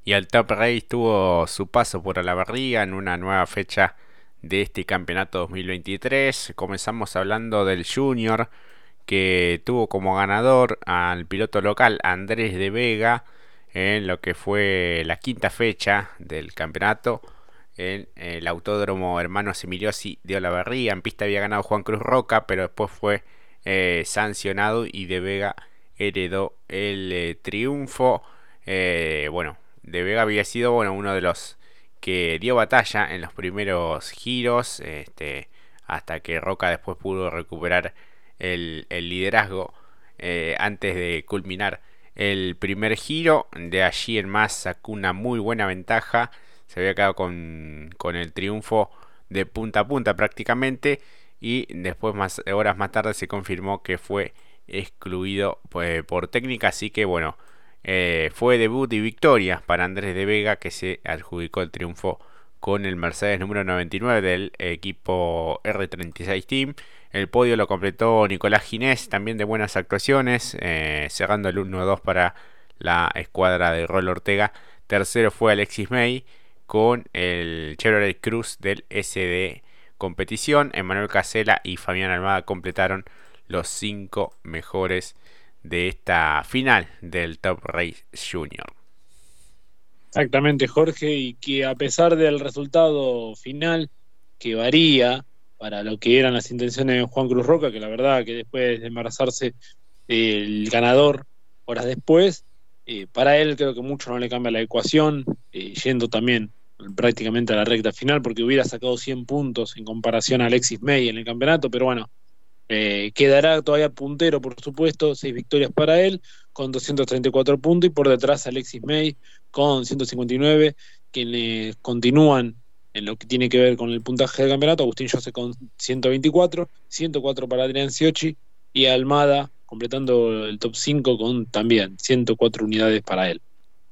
Y el Top Race tuvo su paso por Olavarría en una nueva fecha de este campeonato 2023. Comenzamos hablando del Junior, que tuvo como ganador al piloto local Andrés de Vega en lo que fue la quinta fecha del campeonato en el Autódromo Hermanos Emiliosi de Olavarría. En pista había ganado Juan Cruz Roca, pero después fue sancionado y de Vega heredó el triunfo. Bueno, de Vega había sido uno de los que dio batalla en los primeros giros, hasta que Roca después pudo recuperar el liderazgo antes de culminar el primer giro. De allí en más sacó una muy buena ventaja, se había quedado con el triunfo de punta a punta prácticamente, y después horas más tarde se confirmó que fue excluido por técnica, así que fue debut y victoria para Andrés de Vega, que se adjudicó el triunfo con el Mercedes número 99 del equipo R36 Team. El podio lo completó Nicolás Ginés, también de buenas actuaciones, cerrando el 1-2 para la escuadra de Rol Ortega. Tercero fue Alexis May con el Chevrolet Cruz del SD Competición. Emanuel Casela y Fabián Almada completaron los 5 mejores de esta final del Top Race Junior. Exactamente, Jorge, y que a pesar del resultado final, que varía para lo que eran las intenciones de Juan Cruz Roca, que la verdad que después de embarazarse el ganador horas después, para él creo que mucho no le cambia la ecuación, yendo también prácticamente a la recta final, porque hubiera sacado 100 puntos en comparación a Alexis May en el campeonato, pero bueno, quedará todavía puntero, por supuesto, 6 victorias para él, con 234 puntos, y por detrás Alexis May con 159, quienes continúan en lo que tiene que ver con el puntaje del campeonato. Agustín Jose con 124, 104 para Adrián Sciocchi, y Almada completando el top 5 con también 104 unidades para él.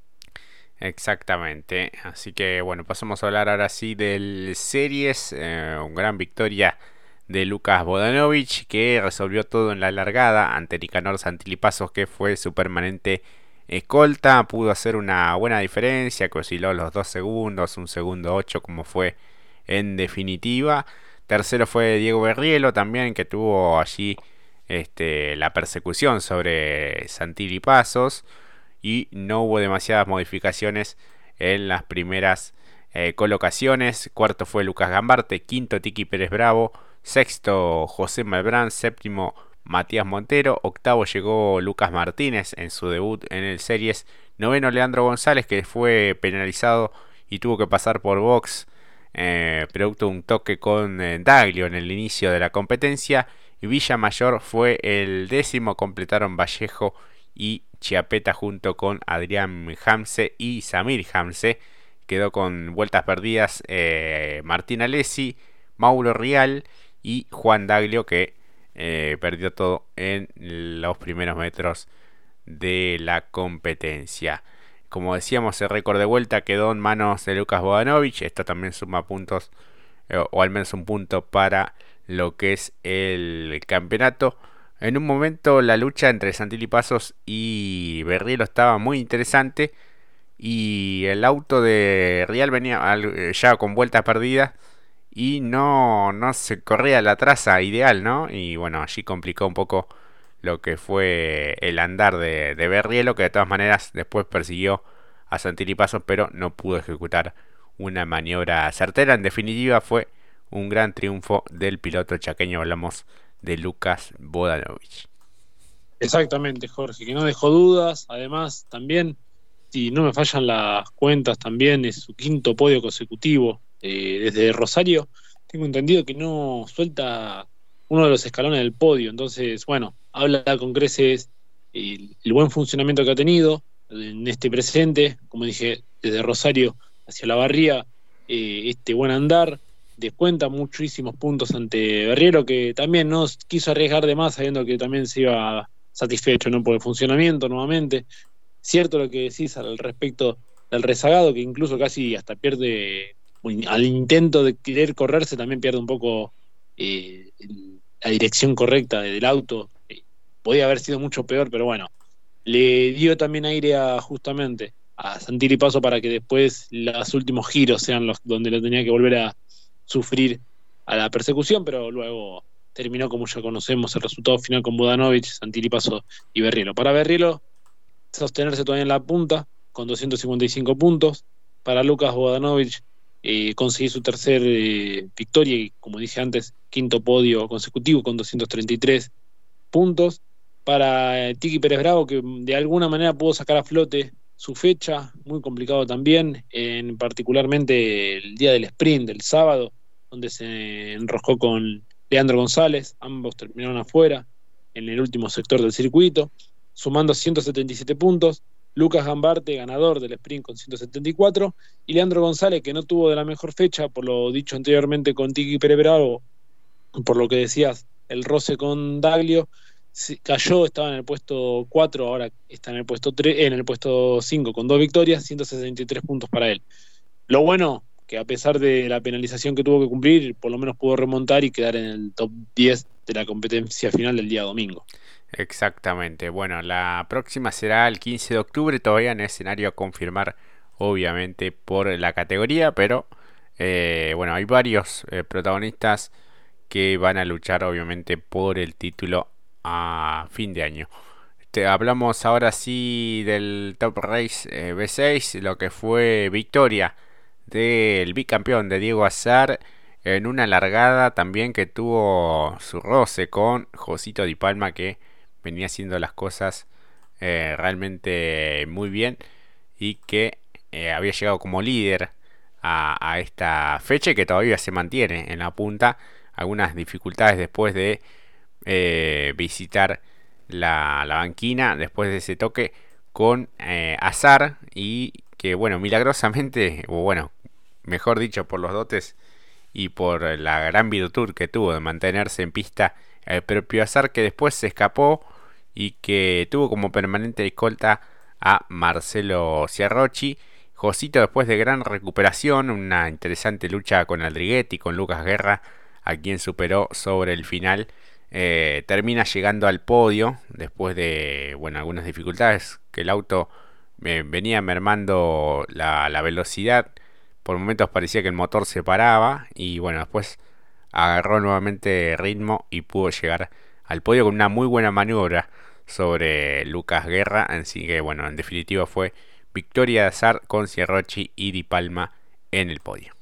Exactamente, así que pasamos a hablar ahora sí del Series, una gran victoria de Lucas Bodanovich, que resolvió todo en la largada ante Nicanor Santilipazos, que fue su permanente escolta. Pudo hacer una buena diferencia, que osciló los 2 segundos, 1 segundo 8, como fue en definitiva. Tercero fue Diego Berrielo también, que tuvo allí la persecución sobre Santilipazos, y no hubo demasiadas modificaciones en las primeras colocaciones. Cuarto fue Lucas Gambarte, quinto Tiki Pérez Bravo, sexto José Malbrán, séptimo Matías Montero, octavo llegó Lucas Martínez en su debut en el Series, noveno Leandro González, que fue penalizado y tuvo que pasar por box producto de un toque con Daglio en el inicio de la competencia, y Villa Mayor fue el décimo. Completaron Vallejo y Chiapeta junto con Adrián Hamse y Samir Hamse. Quedó con vueltas perdidas Martín Alessi, Mauro Rial y Juan Daglio, que perdió todo en los primeros metros de la competencia. Como decíamos, el récord de vuelta quedó en manos de Lucas Bodanovich. Esto también suma puntos, o al menos un punto para lo que es el campeonato. En un momento la lucha entre Santilli Pasos y Berrielo estaba muy interesante, y el auto de Rial venía ya con vueltas perdidas y no se corría la traza ideal, ¿no? Y allí complicó un poco lo que fue el andar de Berrielo, que de todas maneras después persiguió a Santilli Pasos, pero no pudo ejecutar una maniobra certera. En definitiva, fue un gran triunfo del piloto chaqueño. Hablamos de Lucas Bodanovich. Exactamente, Jorge, que no dejó dudas. Además, también, si no me fallan las cuentas, también es su quinto podio consecutivo desde Rosario. Tengo entendido que no suelta uno de los escalones del podio. Entonces, bueno, habla con creces el buen funcionamiento que ha tenido en este presente. Como dije, desde Rosario hacia la Barría, este buen andar descuenta muchísimos puntos ante Berriero, que también no quiso arriesgar de más, sabiendo que también se iba satisfecho, ¿no?, por el funcionamiento nuevamente. Cierto lo que decís al respecto del rezagado, que incluso casi hasta pierde, al intento de querer correrse, también pierde un poco la dirección correcta del auto. Podía haber sido mucho peor, pero bueno, le dio también aire justamente a Santilli Paso para que después los últimos giros sean los donde lo tenía que volver a sufrir a la persecución, pero luego terminó como ya conocemos el resultado final con Budanovic, Santilli Paso y Berrielo. Para Berrielo, sostenerse todavía en la punta con 255 puntos. Para Lucas Budanovic, conseguir su tercer victoria y, como dije antes, quinto podio consecutivo con 233 puntos. Para Tiki Pérez Bravo, que de alguna manera pudo sacar a flote su fecha, muy complicado también, en particularmente el día del sprint, del sábado, donde se enroscó con Leandro González, ambos terminaron afuera en el último sector del circuito, sumando 177 puntos. Lucas Gambarte, ganador del sprint con 174, y Leandro González, que no tuvo de la mejor fecha, por lo dicho anteriormente con Tiki Pérez Bravo, por lo que decías, el roce con Daglio, cayó, estaba en el puesto 4, ahora está en el puesto 3, en el puesto 5 con 2 victorias, 163 puntos para él. Lo bueno, que a pesar de la penalización que tuvo que cumplir, por lo menos pudo remontar y quedar en el top 10 de la competencia final del día domingo. Exactamente. Bueno, la próxima será el 15 de octubre, todavía en escenario a confirmar, obviamente, por la categoría, pero bueno, hay varios protagonistas que van a luchar, obviamente, por el título a fin de año. Hablamos ahora sí del Top Race B6, lo que fue victoria del bicampeón de Diego Azar en una largada también que tuvo su roce con Josito Di Palma, que venía haciendo las cosas realmente muy bien y que había llegado como líder a esta fecha y que todavía se mantiene en la punta. Algunas dificultades después de visitar la banquina después de ese toque con Azar, y que bueno, milagrosamente, o bueno, mejor dicho, por los dotes y por la gran virtud que tuvo de mantenerse en pista el propio Azar, que después se escapó y que tuvo como permanente escolta a Marcelo Ciarrochi. Josito, después de gran recuperación, una interesante lucha con Aldriguetti y con Lucas Guerra, a quien superó sobre el final, termina llegando al podio después de bueno, algunas dificultades, que el auto venía mermando la velocidad. Por momentos parecía que el motor se paraba y bueno, después agarró nuevamente ritmo y pudo llegar al podio con una muy buena maniobra sobre Lucas Guerra. Así que bueno, en definitiva fue victoria de Azar con Ciarrochi y Di Palma en el podio.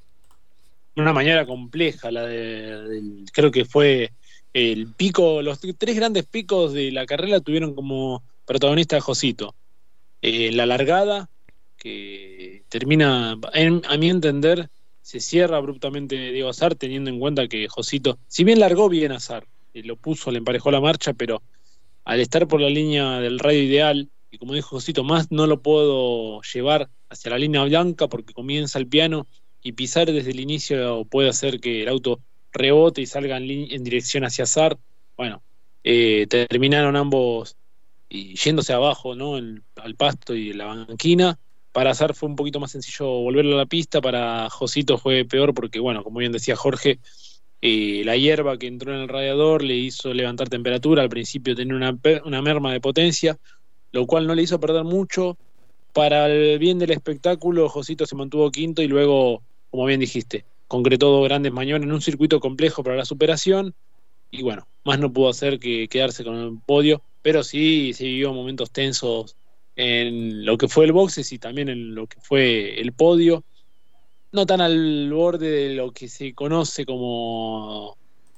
Una mañana compleja, creo que fue el pico, los tres grandes picos de la carrera tuvieron como protagonista a Josito. La largada, que termina, a mi entender, se cierra abruptamente Diego Azar, teniendo en cuenta que Josito, si bien largó bien Azar, lo puso, le emparejó la marcha, pero al estar por la línea del radio ideal, y como dijo Josito, más no lo puedo llevar hacia la línea blanca porque comienza el piano y pisar desde el inicio puede hacer que el auto rebote y salga en dirección hacia Azar. Bueno, terminaron ambos yéndose abajo, ¿no? Al pasto y la banquina. Para Azar fue un poquito más sencillo volverlo a la pista, para Josito fue peor porque, bueno, como bien decía Jorge, la hierba que entró en el radiador le hizo levantar temperatura. Al principio tenía una merma de potencia, lo cual no le hizo perder mucho. Para el bien del espectáculo, Josito se mantuvo quinto y luego, como bien dijiste, concretó dos grandes maniobras en un circuito complejo para la superación. Y bueno, más no pudo hacer que quedarse con el podio, pero sí se vivió momentos tensos en lo que fue el boxes y también en lo que fue el podio. No tan al borde de lo que se conoce como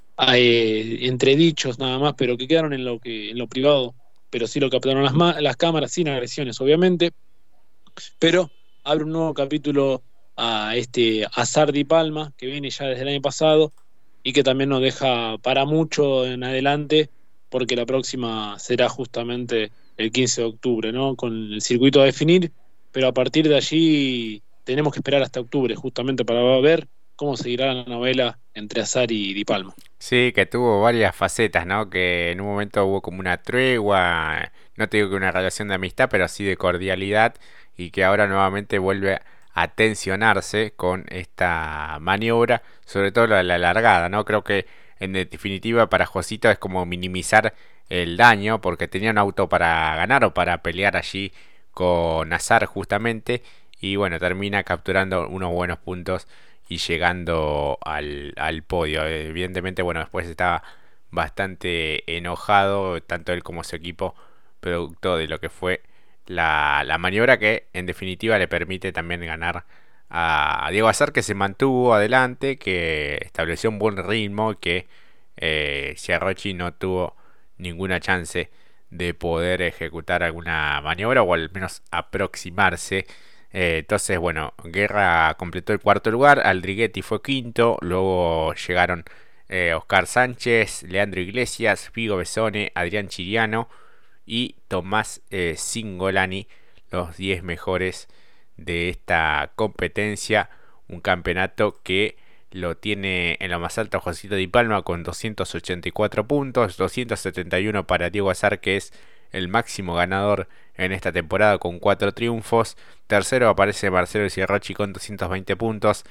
entredichos nada más, pero que quedaron en lo privado, pero sí lo captaron las cámaras sin agresiones, obviamente. Pero abre un nuevo capítulo a este Azar Di Palma, que viene ya desde el año pasado y que también nos deja para mucho en adelante, porque la próxima será justamente el 15 de octubre, ¿no? Con el circuito a definir, pero a partir de allí tenemos que esperar hasta octubre justamente para ver cómo seguirá la novela entre Azar y Di Palma. Sí, que tuvo varias facetas, ¿no? Que en un momento hubo como una tregua, no te digo que una relación de amistad, pero sí de cordialidad, y que ahora nuevamente vuelve a tensionarse con esta maniobra, sobre todo la largada, ¿no? Creo que en definitiva para Josito es como minimizar el daño, porque tenía un auto para ganar o para pelear allí con Azar justamente, y bueno, termina capturando unos buenos puntos y llegando al podio. Evidentemente, bueno, después estaba bastante enojado, tanto él como su equipo, producto de lo que fue la maniobra que en definitiva le permite también ganar a Diego Azar, que se mantuvo adelante, que estableció un buen ritmo, que Ciarrochi no tuvo ninguna chance de poder ejecutar alguna maniobra o al menos aproximarse. Entonces, bueno, Guerra completó el cuarto lugar, Aldriguetti fue quinto, luego llegaron Oscar Sánchez, Leandro Iglesias, Figo Besone, Adrián Chiriano y Tomás Singolani, los 10 mejores de esta competencia. Un campeonato que lo tiene en lo más alto Josito Di Palma con 284 puntos, 271 para Diego Azar, que es el máximo ganador en esta temporada con 4 triunfos. Tercero aparece Marcelo Ciarrochi con 220 puntos,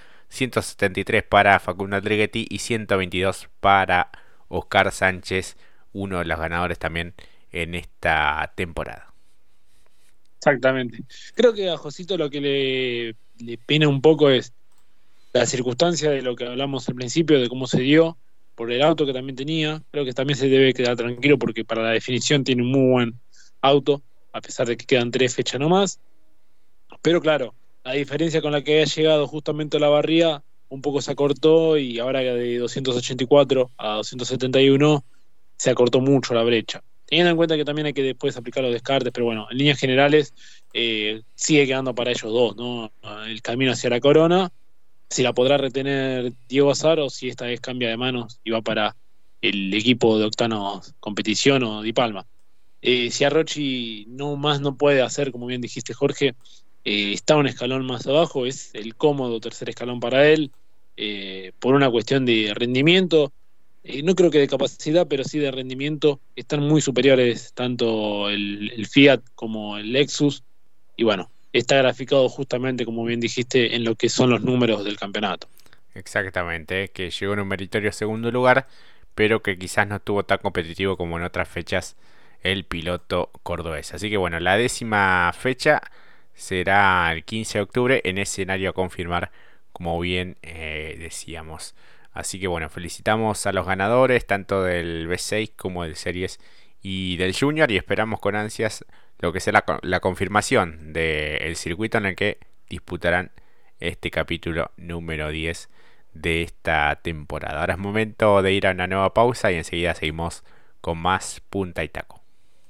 173 para Facundo Aldriguetti y 122 para Oscar Sánchez, uno de los ganadores también en esta temporada. Exactamente. Creo que a Josito lo que le pena un poco es la circunstancia de lo que hablamos al principio, de cómo se dio, por el auto que también tenía. Creo que también se debe quedar tranquilo porque para la definición tiene un muy buen auto, a pesar de que quedan 3 fechas nomás. Pero claro, la diferencia con la que había llegado justamente a la barría un poco se acortó y ahora de 284 a 271 se acortó mucho la brecha. Teniendo en cuenta que también hay que después aplicar los descartes, pero bueno, en líneas generales sigue quedando para ellos dos, ¿no? El camino hacia la corona, si la podrá retener Diego Azar o si esta vez cambia de manos y va para el equipo de Octano Competición o Di Palma. Si Arrochi no más no puede hacer, como bien dijiste Jorge, está un escalón más abajo, es el cómodo tercer escalón para él, por una cuestión de rendimiento, no creo que de capacidad, pero sí de rendimiento, están muy superiores tanto el Fiat como el Lexus, y bueno, está graficado justamente, como bien dijiste, en lo que son los números del campeonato. Exactamente, que llegó en un meritorio segundo lugar, pero que quizás no estuvo tan competitivo como en otras fechas el piloto cordobés. Así que bueno, la 10ª fecha será el 15 de octubre en escenario a confirmar, como bien decíamos. Así que bueno, felicitamos a los ganadores tanto del B6 como del Series y del Junior, y esperamos con ansias lo que será la confirmación del circuito en el que disputarán este capítulo número 10 de esta temporada. Ahora es momento de ir a una nueva pausa y enseguida seguimos con más punta y taco.